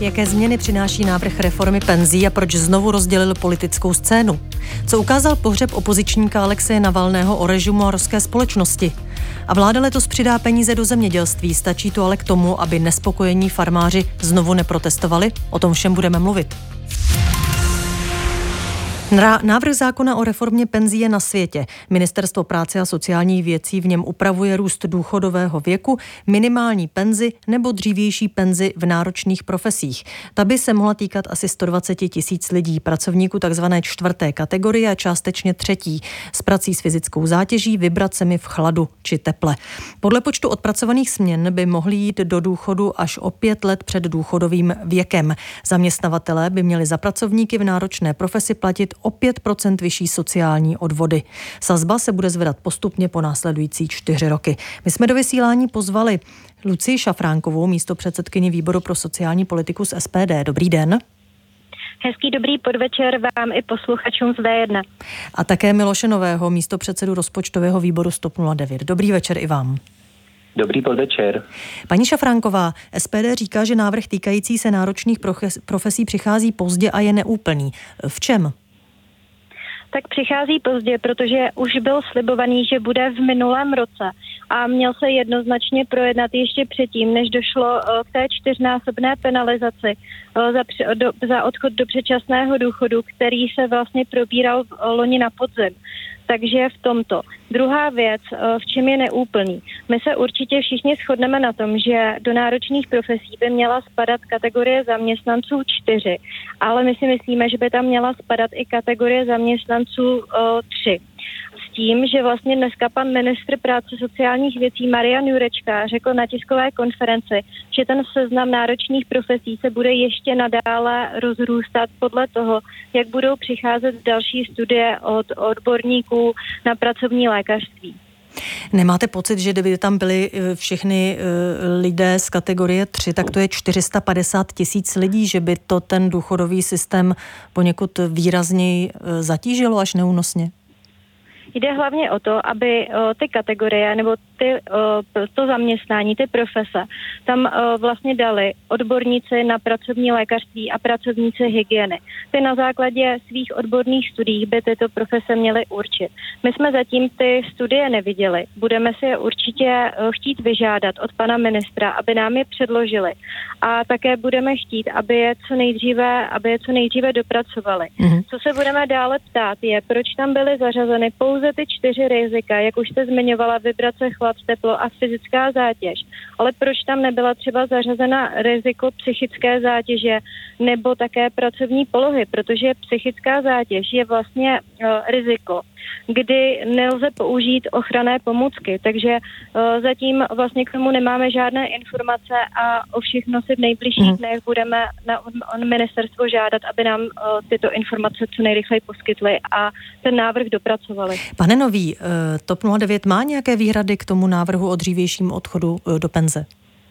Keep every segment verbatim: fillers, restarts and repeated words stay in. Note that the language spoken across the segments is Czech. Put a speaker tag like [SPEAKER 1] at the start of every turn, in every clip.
[SPEAKER 1] Jaké změny přináší návrh reformy penzí a proč znovu rozdělil politickou scénu? Co ukázal pohřeb opozičníka Alexeje Navalného o režimu a ruské společnosti? A vláda letos přidá peníze do zemědělství. Stačí to ale k tomu, aby nespokojení farmáři znovu neprotestovali? O tom všem budeme mluvit. Návrh zákona o reformě penzí je na světě. Ministerstvo práce a sociálních věcí v něm upravuje růst důchodového věku, minimální penzi nebo dřívější penzi v náročných profesích. Ta by se mohla týkat asi sto dvacet tisíc lidí, pracovníků takzvané čtvrté kategorie a částečně třetí, s prací s fyzickou zátěží, vibracemi v chladu či teple. Podle počtu odpracovaných směn by mohli jít do důchodu až o pět let před důchodovým věkem. Zaměstnavatelé by měli za pracovníky v náročné profesi platit o pět procent vyšší sociální odvody. Sazba se bude zvedat postupně po následující čtyři roky. My jsme do vysílání pozvali Lucii Šafránkovou, místopředsedkyni výboru pro sociální politiku z S P D. Dobrý den.
[SPEAKER 2] Hezký dobrý podvečer vám i posluchačům z D jedna.
[SPEAKER 1] A také Miloše Nového, místopředsedu rozpočtového výboru S T O P nula devět. Dobrý večer i vám.
[SPEAKER 3] Dobrý podvečer.
[SPEAKER 1] Paní Šafránková, S P D říká, že návrh týkající se náročných profesí přichází pozdě a je neúplný. V čem?
[SPEAKER 2] Tak přichází pozdě, protože už byl slibovaný, že bude v minulém roce a měl se jednoznačně projednat ještě předtím, než došlo k té čtyřnásobné penalizaci za, do, za odchod do předčasného důchodu, který se vlastně probíral v loni na podzim. Takže v tomto. Druhá věc, v čem je neúplný. My se určitě všichni shodneme na tom, že do náročných profesí by měla spadat kategorie zaměstnanců čtyři, ale my si myslíme, že by tam měla spadat i kategorie zaměstnanců uh, tři. S tím, že vlastně dneska pan ministr práce sociálních věcí Marian Jurečka řekl na tiskové konferenci, že ten seznam náročných profesí se bude ještě nadále rozrůstat podle toho, jak budou přicházet další studie od odborníků na pracovní lékařství.
[SPEAKER 1] Nemáte pocit, že kdyby tam byli všechny lidé z kategorie tři, tak to je čtyři sta padesát tisíc lidí, že by to ten důchodový systém poněkud výrazněji zatížilo až neúnosně?
[SPEAKER 2] Jde hlavně o to, aby o, ty kategorie nebo ty, o, to zaměstnání, ty profese, tam o, vlastně dali odborníci na pracovní lékařství a pracovníci hygieny. Ty na základě svých odborných studií by tyto profese měly určit. My jsme zatím ty studie neviděli. Budeme si je určitě o, chtít vyžádat od pana ministra, aby nám je předložili. A také budeme chtít, aby je co nejdříve, aby je co nejdříve dopracovali. Mm-hmm. Co se budeme dále ptát je, proč tam byly zařazeny pouze ty čtyři rizika, jak už jste zmiňovala, vibrace, chlad, teplo a fyzická zátěž. Ale proč tam nebyla třeba zařazena riziko psychické zátěže nebo také pracovní polohy, protože psychická zátěž je vlastně uh, riziko, kdy nelze použít ochranné pomůcky. Takže uh, zatím vlastně k tomu nemáme žádné informace a o všechno si v nejbližších mm. dnech budeme na on, on ministerstvo žádat, aby nám uh, tyto informace co nejrychleji poskytly a ten návrh dopracovali.
[SPEAKER 1] Pane Nový, T O P nula devět má nějaké výhrady k tomu návrhu o dřívějším odchodu do penze?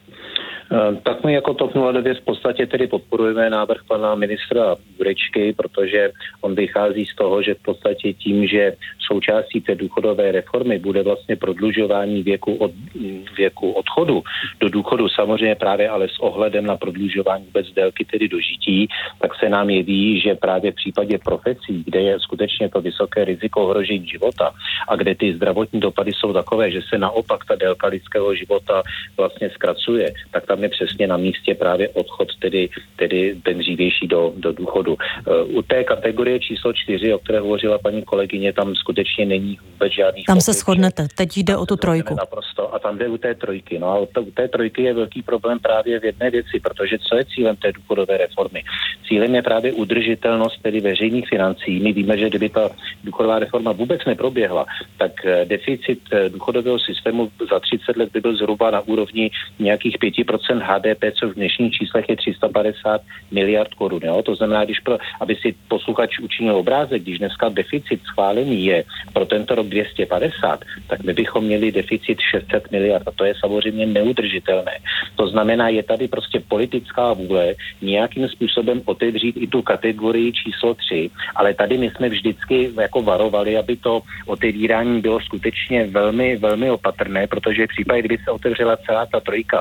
[SPEAKER 3] Tak my jako T O P nula devět v podstatě tedy podporujeme návrh pana ministra Jurečky, protože on vychází z toho, že v podstatě tím, že součástí té důchodové reformy bude vlastně prodlužování věku, od, věku odchodu do důchodu, samozřejmě právě ale s ohledem na prodlužování vůbec délky tedy dožití, tak se nám jeví, že právě v případě profesí, kde je skutečně to vysoké riziko ohrožení života a kde ty zdravotní dopady jsou takové, že se naopak ta délka lidského života vlastně zkracuje, tak tam je přesně na místě právě odchod, tedy, tedy ten dřívější do, do důchodu. U té kategorie číslo čtyři, o které hovořila paní kolegyně, tam skutečně není vůbec žádný...
[SPEAKER 1] Tam se shodnete, teď jde o tu trojku.
[SPEAKER 3] Naprosto, a tam jde u té trojky. No a u té trojky je velký problém právě v jedné věci, protože co je cílem té důchodové reformy? Cílem je právě udržitelnost tedy veřejných financí. My víme, že kdyby ta důchodová reforma vůbec neproběhla, tak deficit důchodového systému za třicet let by byl zhruba na úrovni nějakých pět procent H D P, co v dnešních číslech je tři sta padesát miliard korun. Jo? To znamená, když pro, aby si posluchač učinil obrázek, když dneska deficit schválený je pro tento rok dvě stě padesát, tak my bychom měli deficit šest set miliard a to je samozřejmě neudržitelné. To znamená, je tady prostě politická vůle nějakým způsobem otevřít i tu kategorii číslo tři, ale tady my jsme vždycky jako varovali, aby to otevírání bylo skutečně velmi, velmi opatrné, protože v případě, kdyby se otevřela celá ta trojka,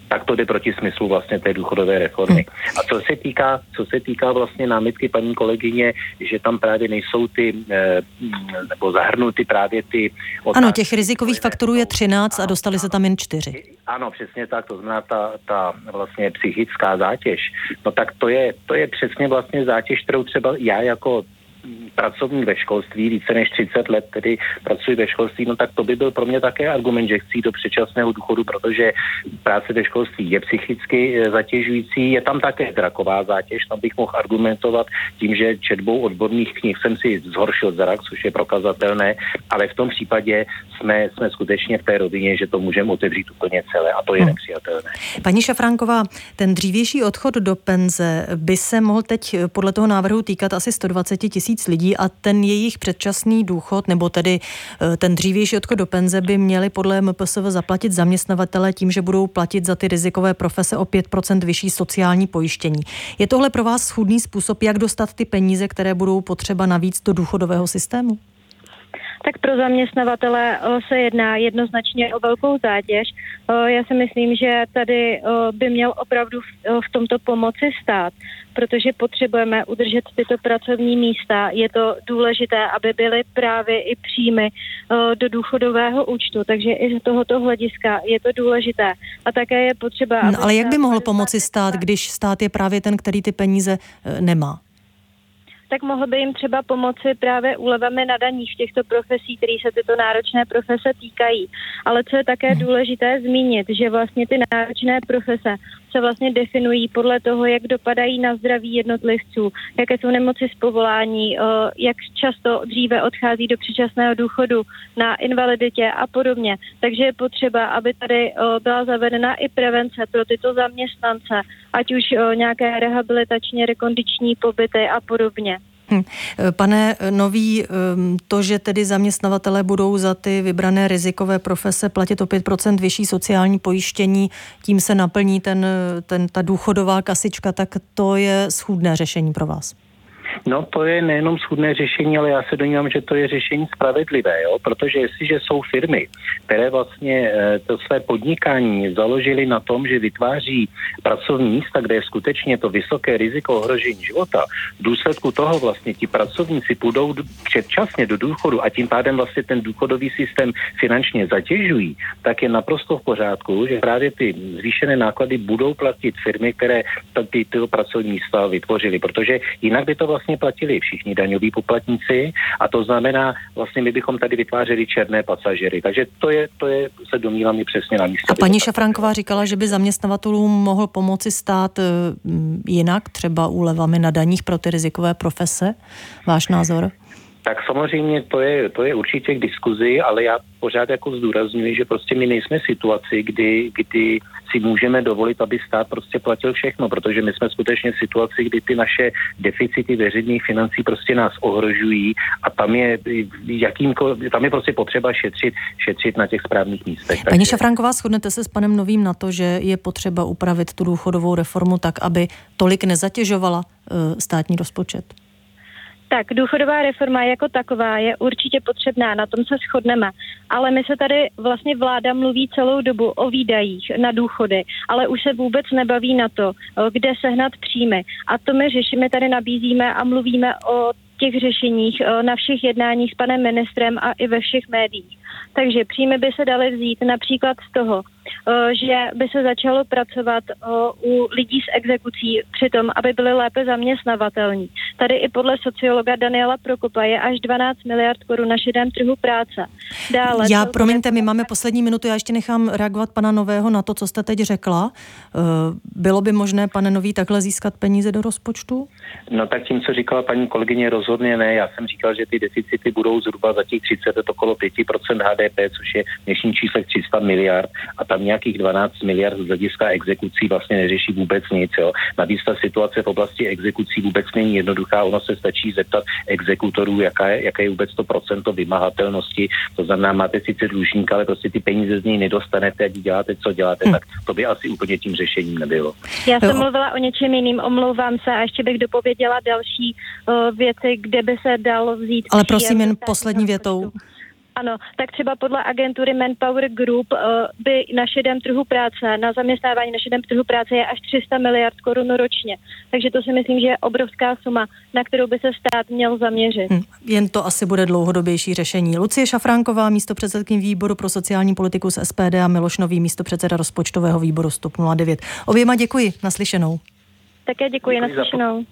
[SPEAKER 3] tak to jde proti smyslu vlastně té důchodové reformy. Hmm. A co se týká, co se týká vlastně námitky paní kolegyně, že tam právě nejsou ty, eh, nebo zahrnuty právě ty otázky.
[SPEAKER 1] Ano, těch rizikových faktorů je třináct a dostali se tam jen čtyři.
[SPEAKER 3] Ano, přesně tak, to znamená ta, ta vlastně psychická zátěž. No tak to je, to je přesně vlastně zátěž, kterou třeba já jako pracovník ve školství, více než třicet let tedy pracuji ve školství, no tak to by byl pro mě také argument, že chci do předčasného důchodu, protože práce ve školství je psychicky zatěžující, je tam také zraková zátěž, tam bych mohl argumentovat tím, že četbou odborných knih jsem si zhoršil zrak, což je prokazatelné, ale v tom případě jsme, jsme skutečně v té rovině, že to můžeme otevřít úplně celé a to je hmm. nepřijatelné.
[SPEAKER 1] Paní Šafránková, ten dřívější odchod do penze by se mohl teď podle toho návrhu týkat asi sto dvacet tisíc lidí a ten jejich předčasný důchod, nebo tedy ten dřívější odchod do penze by měli podle M P S V zaplatit zaměstnavatelé tím, že budou platit za ty rizikové profese o pět procent vyšší sociální pojištění. Je tohle pro vás schůdný způsob, jak dostat ty peníze, které budou potřeba navíc do důchodového systému?
[SPEAKER 2] Tak pro zaměstnavatele se jedná jednoznačně o velkou zátěž. Já si myslím, že tady by měl opravdu v tomto pomoci stát, protože potřebujeme udržet tyto pracovní místa. Je to důležité, aby byly právě i příjmy do důchodového účtu, takže i z tohoto hlediska je to důležité. A také je potřeba...
[SPEAKER 1] No, ale jak by mohl pomoci stát, když stát je právě ten, který ty peníze nemá?
[SPEAKER 2] Tak mohl by jim třeba pomoci právě úlevami na daních v těchto profesí, které se tyto náročné profese týkají. Ale co je také důležité zmínit, že vlastně ty náročné profese se vlastně definují podle toho, jak dopadají na zdraví jednotlivců, jaké jsou nemoci z povolání, jak často dříve odchází do předčasného důchodu, na invaliditě a podobně. Takže je potřeba, aby tady byla zavedena i prevence pro tyto zaměstnance, ať už nějaké rehabilitačně rekondiční pobyty a podobně.
[SPEAKER 1] Pane Nový, to, že tedy zaměstnavatelé budou za ty vybrané rizikové profese platit o pět procent vyšší sociální pojištění, tím se naplní ten, ten, ta důchodová kasička, tak to je schůdné řešení pro vás?
[SPEAKER 3] No to je nejenom schůdné řešení, ale já se domnívám, že to je řešení spravedlivé, jo? Protože jestliže jsou firmy, které vlastně to své podnikání založily na tom, že vytváří pracovní místa, kde je skutečně to vysoké riziko ohrožení života, v důsledku toho vlastně ti pracovníci půjdou předčasně do důchodu a tím pádem vlastně ten důchodový systém finančně zatěžují, tak je naprosto v pořádku, že právě ty zvýšené náklady budou platit firmy, které ty, tyto pracovní místa vytvořily, protože jinak by to vlastně platili všichni daňoví poplatníci a to znamená, vlastně my bychom tady vytvářeli černé pasažery. Takže to je, to je se domnívám i přesně na místě.
[SPEAKER 1] A paní Šafránková říkala, že by zaměstnavatelům mohl pomoci stát jinak, třeba úlevami na daních pro ty rizikové profese. Váš názor?
[SPEAKER 3] Tak samozřejmě to je, to je určitě k diskuzi, ale já pořád jako zdůrazňuji, že prostě my nejsme v situaci, kdy, kdy si můžeme dovolit, aby stát prostě platil všechno, protože my jsme skutečně v situaci, kdy ty naše deficity veřejných financí prostě nás ohrožují a tam je, jakýmkoliv, tam je prostě potřeba šetřit, šetřit na těch správných místech.
[SPEAKER 1] Paní Šafránková, shodnete se s panem Novým na to, že je potřeba upravit tu důchodovou reformu tak, aby tolik nezatěžovala uh, státní rozpočet?
[SPEAKER 2] Tak důchodová reforma jako taková je určitě potřebná, na tom se shodneme, ale my se tady vlastně vláda mluví celou dobu o výdajích na důchody, ale už se vůbec nebaví na to, kde sehnat příjmy. A to my řešíme, tady nabízíme a mluvíme o těch řešeních na všech jednáních s panem ministrem a i ve všech médiích. Takže příjmy by se daly vzít například z toho, že by se začalo pracovat u lidí s exekucí při tom, aby byly lépe zaměstnavatelní. Tady i podle sociologa Daniela Prokopa je až dvanáct miliard korun na šedém trhu práce. Dále,
[SPEAKER 1] já, promiňte, my máme poslední minutu, já ještě nechám reagovat pana Nového na to, co jste teď řekla. Bylo by možné, pane Nový, takhle získat peníze do rozpočtu?
[SPEAKER 3] No tak tím, co říkala paní kolegyně, rozhodně ne. Já jsem říkal, že ty deficity budou zhruba za těch třicet, okolo pět procent H D P, což je v dnešním číslech tři sta miliard a tam nějakých dvanáct miliard z hlediska exekucí vlastně neřeší vůbec nic. Jo. Navíc ta situace v oblasti exekucí vůbec není jednoduchá. Ono se stačí zeptat exekutorů, jaká je, jaké je vůbec to procento vymahatelnosti. To znamená, máte sice dlužníka, ale prostě ty peníze z něj nedostanete, ať děláte, co děláte, hm. tak to by asi úplně tím řešením nebylo.
[SPEAKER 2] Já jsem mluvila o něčem jiným, omlouvám se a ještě bych dopověděla další uh, věci, kde by se dalo vzít.
[SPEAKER 1] Ale prosím jen poslední větou.
[SPEAKER 2] Ano, tak třeba podle agentury Manpower Group by na šedém trhu práce, na zaměstnávání na šedém trhu práce je až tři sta miliard korun ročně. Takže to si myslím, že je obrovská suma, na kterou by se stát měl zaměřit. Hmm,
[SPEAKER 1] jen to asi bude dlouhodobější řešení. Lucie Šafránková, místopředsedkyně výboru pro sociální politiku z S P D a Miloš Nový, místopředseda rozpočtového výboru z TOP nula devět. Oběma děkuji, naslyšenou.
[SPEAKER 2] Také děkuji, děkuji naslyšenou.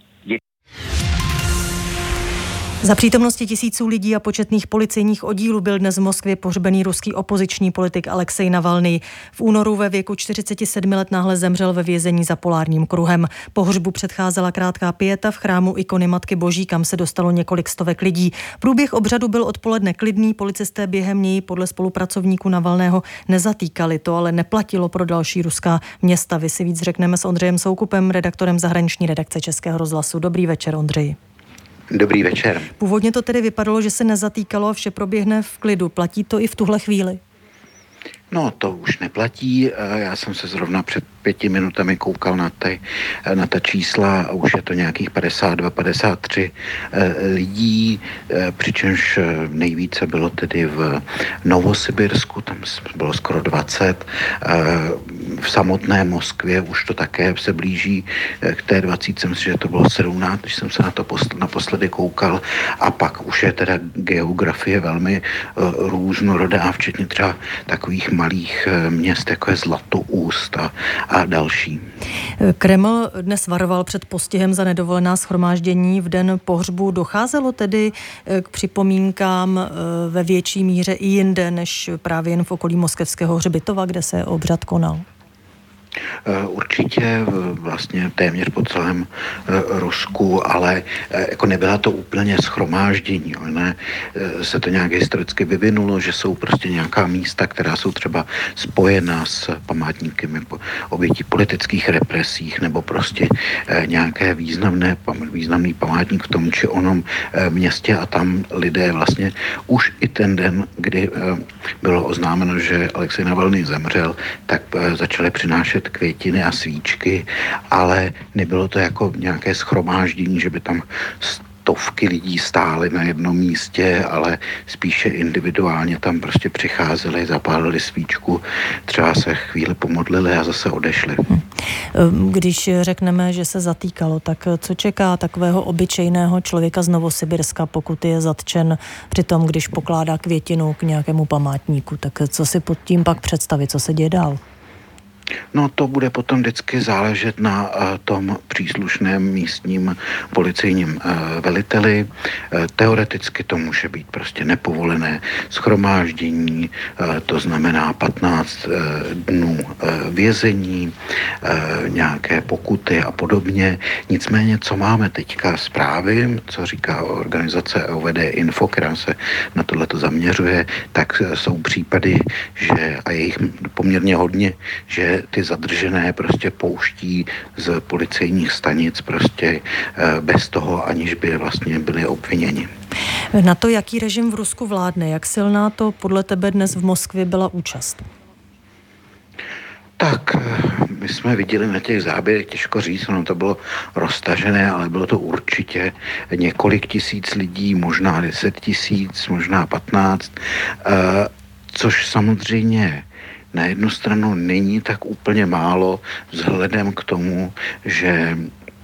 [SPEAKER 1] Za přítomnosti tisíců lidí a početných policejních oddílů byl dnes v Moskvě pohřbený ruský opoziční politik Alexej Navalnyj. V únoru ve věku čtyřicet sedm let náhle zemřel ve vězení za polárním kruhem. Pohřbu předcházela krátká pieta v chrámu ikony Matky Boží, kam se dostalo několik stovek lidí. Průběh obřadu byl odpoledne klidný, policisté během něj podle spolupracovníků Navalného nezatýkali. To ale neplatilo pro další ruská města. Vy si víc řekneme s Ondřejem Soukupem, redaktorem zahraniční redakce Českého rozhlasu. Dobrý večer, Ondřeji.
[SPEAKER 4] Dobrý večer.
[SPEAKER 1] Původně to tedy vypadalo, že se nezatýkalo a vše proběhne v klidu. Platí to i v tuhle chvíli?
[SPEAKER 4] No, to už neplatí. Já jsem se zrovna před pěti minutami koukal na, ty, na ta čísla a už je to nějakých padesát dva padesát tři lidí, přičemž nejvíce bylo tedy v Novosibirsku, tam bylo skoro dvacet. V samotné Moskvě už to také se blíží k té dvacítce, myslím, že to bylo sedmnáct, když jsem se na to naposledy koukal. A pak už je teda geografie velmi různorodá, včetně třeba takových malých měst, jako je Zlatoúst a, a další.
[SPEAKER 1] Kreml dnes varoval před postihem za nedovolená shromáždění. V den pohřbu docházelo tedy k připomínkám ve větší míře i jinde, než právě jen v okolí moskevského hřbitova, kde se obřad konal?
[SPEAKER 4] Určitě vlastně téměř po celém Rusku, ale jako nebyla to úplně shromáždění. Ne? Se to nějak historicky vyvinulo, že jsou prostě nějaká místa, která jsou třeba spojená s památníky obětí politických represích nebo prostě nějaké významné, významný památník v tom či onom městě a tam lidé vlastně už i ten den, kdy bylo oznámeno, že Alexej Navalnyj zemřel, tak začali přinášet květiny a svíčky, ale nebylo to jako nějaké shromáždění, že by tam stovky lidí stály na jednom místě, ale spíše individuálně tam prostě přicházeli, zapálili svíčku, třeba se chvíli pomodlili a zase odešli.
[SPEAKER 1] Když řekneme, že se zatýkalo, tak co čeká takového obyčejného člověka z Novosibirska, pokud je zatčen při tom, když pokládá květinu k nějakému památníku, tak co si pod tím pak představit, co se děje dál?
[SPEAKER 4] No to bude potom vždycky záležet na uh, tom příslušném místním policejním uh, veliteli. Uh, teoreticky to může být prostě nepovolené shromáždění, uh, to znamená patnáct uh, dnů uh, vězení, uh, nějaké pokuty a podobně. Nicméně, co máme teďka zprávy, co říká organizace O V D Info, která se na tohleto zaměřuje, tak uh, jsou případy, že, a je jich poměrně hodně, že ty zadržené prostě pouští z policejních stanic prostě bez toho, aniž by vlastně byli obviněni.
[SPEAKER 1] Na to, jaký režim v Rusku vládne, jak silná to podle tebe dnes v Moskvě byla účast?
[SPEAKER 4] Tak, my jsme viděli na těch záběrech, těžko říct, ono to bylo roztažené, ale bylo to určitě několik tisíc lidí, možná deset tisíc, možná patnáct, což samozřejmě na jednu stranu není tak úplně málo vzhledem k tomu, že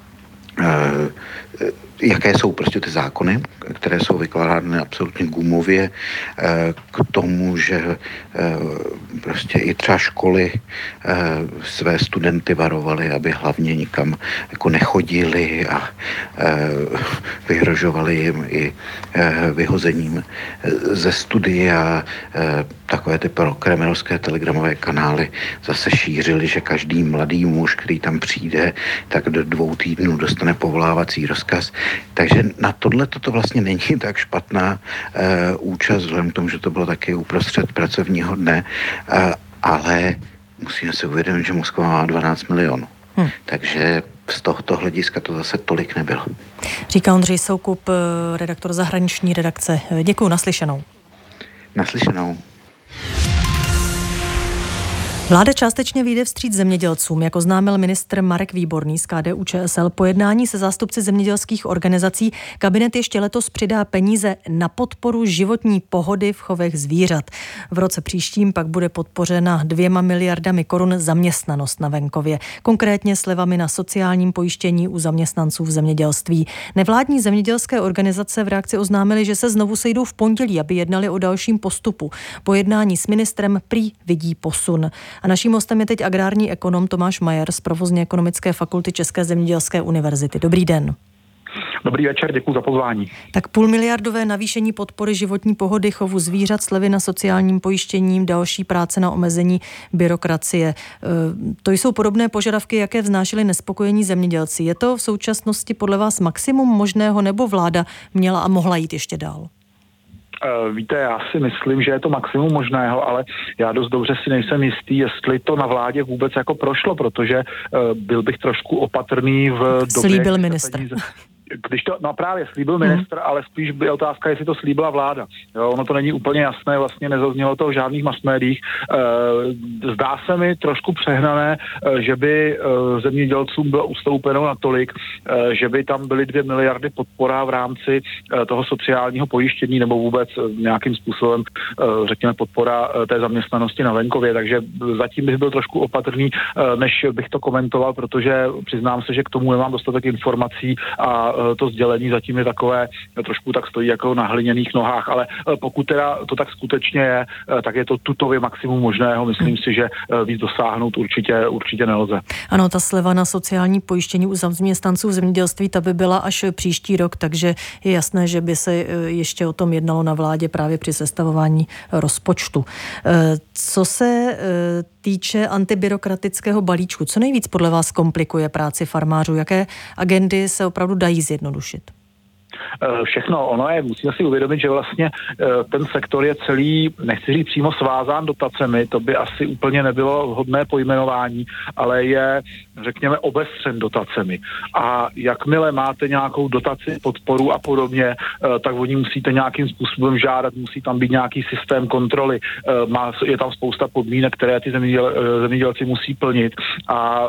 [SPEAKER 4] e, jaké jsou prostě ty zákony, které jsou vykládány absolutně gumově, k tomu, že prostě i třeba školy své studenty varovaly, aby hlavně nikam jako nechodili a vyhrožovali jim i vyhozením ze studia. Takové ty prokremelovské telegramové kanály zase šířily, že každý mladý muž, který tam přijde, tak do dvou týdnů dostane povolávací rozkaz. Takže na tohle to vlastně není tak špatná uh, účast, vzhledem k tomu, že to bylo taky uprostřed pracovního dne, uh, ale musíme si uvědomit, že Moskva má dvanáct milionů. Hmm. Takže z tohoto hlediska to zase tolik nebylo.
[SPEAKER 1] Říká Ondřej Soukup, redaktor zahraniční redakce. Děkuju, naslyšenou.
[SPEAKER 4] Naslyšenou.
[SPEAKER 1] Vláda částečně vyjde vstříc zemědělcům, jak oznámil ministr Marek Výborný z K D U Č S L. Po jednání se zástupci zemědělských organizací kabinet ještě letos přidá peníze na podporu životní pohody v chovech zvířat. V roce příštím pak bude podpořena dvěma miliardami korun zaměstnanost na venkově, konkrétně slevami na sociálním pojištění u zaměstnanců v zemědělství. Nevládní zemědělské organizace v reakci oznámily, že se znovu sejdou v pondělí, aby jednali o dalším postupu. Po jednání s ministrem prý vidí posun. A naším hostem je teď agrární ekonom Tomáš Majer z Provozně ekonomické fakulty České zemědělské univerzity. Dobrý den.
[SPEAKER 5] Dobrý večer, děkuji za pozvání.
[SPEAKER 1] Tak půlmiliardové navýšení podpory životní pohody, chovu zvířat, slevy na sociálním pojištění, další práce na omezení byrokracie. To jsou podobné požadavky, jaké vznášeli nespokojení zemědělci. Je to v současnosti podle vás maximum možného, nebo vláda měla a mohla jít ještě dál?
[SPEAKER 5] Víte, já si myslím, že je to maximum možného, ale já dost dobře si nejsem jistý, jestli to na vládě vůbec jako prošlo, protože byl bych trošku opatrný v době...
[SPEAKER 1] Slíbil ministr. Peníze...
[SPEAKER 5] Když to, no právě slíbil ministr, hmm. ale spíš by otázka, jestli to slíbila vláda. Jo, ono to není úplně jasné, vlastně nezaznělo to v žádných masmédiích. E, zdá se mi trošku přehnané, e, že by e, zemědělcům bylo ustoupeno natolik, e, že by tam byly dvě miliardy podpora v rámci e, toho sociálního pojištění nebo vůbec e, nějakým způsobem, e, řekněme, podpora e, té zaměstnanosti na venkově. Takže zatím bych byl trošku opatrný, e, než bych to komentoval, protože přiznám se, že k tomu nemám dostatek informací a to sdělení zatím je takové, trošku tak stojí jako na hliněných nohách, ale pokud teda to tak skutečně je, tak je to tutově maximum možného. Myslím si, že víc dosáhnout určitě, určitě nelze.
[SPEAKER 1] Ano, ta sleva na sociální pojištění u zaměstnanců v zemědělství, ta by byla až příští rok, takže je jasné, že by se ještě o tom jednalo na vládě právě při sestavování rozpočtu. Co se týče antibyrokratického balíčku, co nejvíc podle vás komplikuje práci farmářů? Jaké agendy se opravdu dají zjednodušit?
[SPEAKER 5] Všechno. Ono je, musíme si uvědomit, že vlastně ten sektor je celý, nechci říct přímo svázán dotacemi, to by asi úplně nebylo vhodné pojmenování, ale je, řekněme, obestřen dotacemi. A jakmile máte nějakou dotaci, podporu a podobně, tak oni musíte nějakým způsobem žádat, musí tam být nějaký systém kontroly, je tam spousta podmínek, které ty zeměděl, zemědělci musí plnit a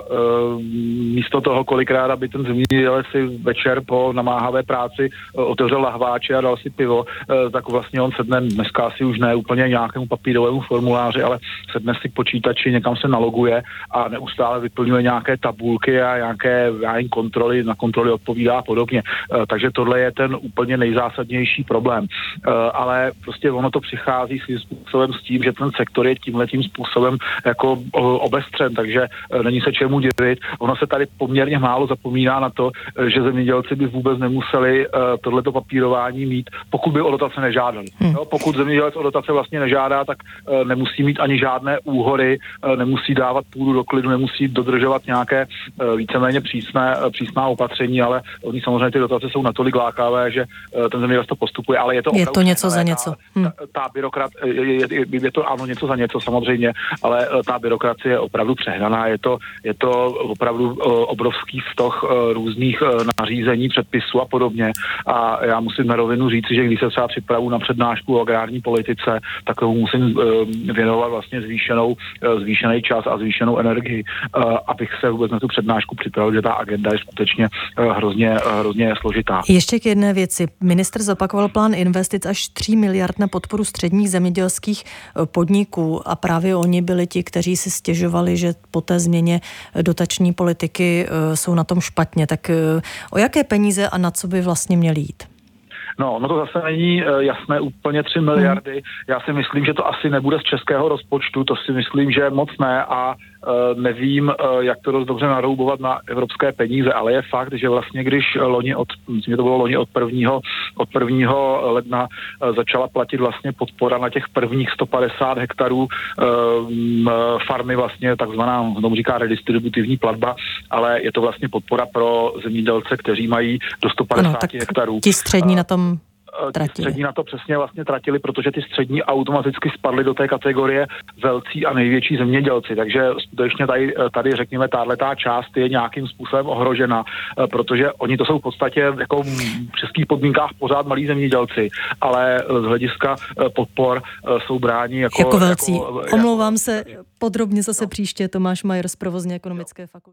[SPEAKER 5] místo toho, kolikrát, aby ten zemědělec si večer po namáhavé práci otevřel lahváče a dal si pivo, tak vlastně on sedne dneska asi už ne úplně nějakému papírovému formuláři, ale sedne si k počítači, někam se naloguje a neustále vyplňuje nějaké tabulky a nějaké nějaké kontroly, na kontroly odpovídá a podobně. Takže tohle je ten úplně nejzásadnější problém. Ale prostě ono to přichází svým způsobem s tím, že ten sektor je tímhletím způsobem jako obestřen, takže není se čemu divit. Ono se tady poměrně málo zapomíná na to, že zemědělci by vůbec nemuseli tohleto papírování mít, pokud by o dotace nežádali. Hmm. No, pokud zemědělec o dotace vlastně nežádá, tak uh, nemusí mít ani žádné úhory, uh, nemusí dávat půdu do klidu, nemusí dodržovat nějaké uh, víceméně přísné, uh, přísná opatření, ale oni samozřejmě ty dotace jsou natolik lákavé, že uh, ten zemědělec to postupuje, ale je to
[SPEAKER 1] je to něco za něco.
[SPEAKER 5] Ta, hmm. ta, ta byrokrat, je, je, je to ano něco za něco samozřejmě, ale uh, ta byrokracie je opravdu přehnaná, je to, je to opravdu uh, obrovský stoh uh, různých uh, nařízení, předpisů a podobně. A já musím na rovinu říct, že když se třeba připravu na přednášku o agrární politice, tak tomu musím uh, věnovat vlastně zvýšenou, uh, zvýšený čas a zvýšenou energii, uh, abych se vůbec na tu přednášku připravil, že ta agenda je skutečně uh, hrozně, uh, hrozně složitá.
[SPEAKER 1] Ještě k jedné věci. Ministr zopakoval plán investic až tří miliard na podporu středních zemědělských podniků a právě oni byli ti, kteří si stěžovali, že po té změně dotační politiky uh, jsou na tom špatně. Tak uh, o jaké peníze a na co by vlastně měli jít?
[SPEAKER 5] No, no to zase není uh, jasné úplně tři miliardy. Hmm. Já si myslím, že to asi nebude z českého rozpočtu, to si myslím, že moc ne a uh, nevím, uh, jak to dost dobře naroubovat na evropské peníze, ale je fakt, že vlastně když loni od, myslím, že to bylo loni od prvního, od prvního ledna uh, začala platit vlastně podpora na těch prvních sto padesát hektarů uh, farmy vlastně takzvaná, tomu říká redistributivní platba, ale je to vlastně podpora pro zemědělce, kteří mají do sto padesáti
[SPEAKER 1] ano,
[SPEAKER 5] hektarů.
[SPEAKER 1] Ti střední uh, na tom
[SPEAKER 5] ti střední na to přesně vlastně tratili, protože ty střední automaticky spadly do té kategorie velcí a největší zemědělci. Takže skutečně tady, tady řekněme, tato část je nějakým způsobem ohrožena, protože oni to jsou v podstatě jako v českých podmínkách pořád malí zemědělci, ale z hlediska podpor jsou bráni jako...
[SPEAKER 1] Jako velcí.
[SPEAKER 5] Jako,
[SPEAKER 1] Omlouvám se, podrobně zase no. příště. Tomáš Majer z Provozně ekonomické fakulty.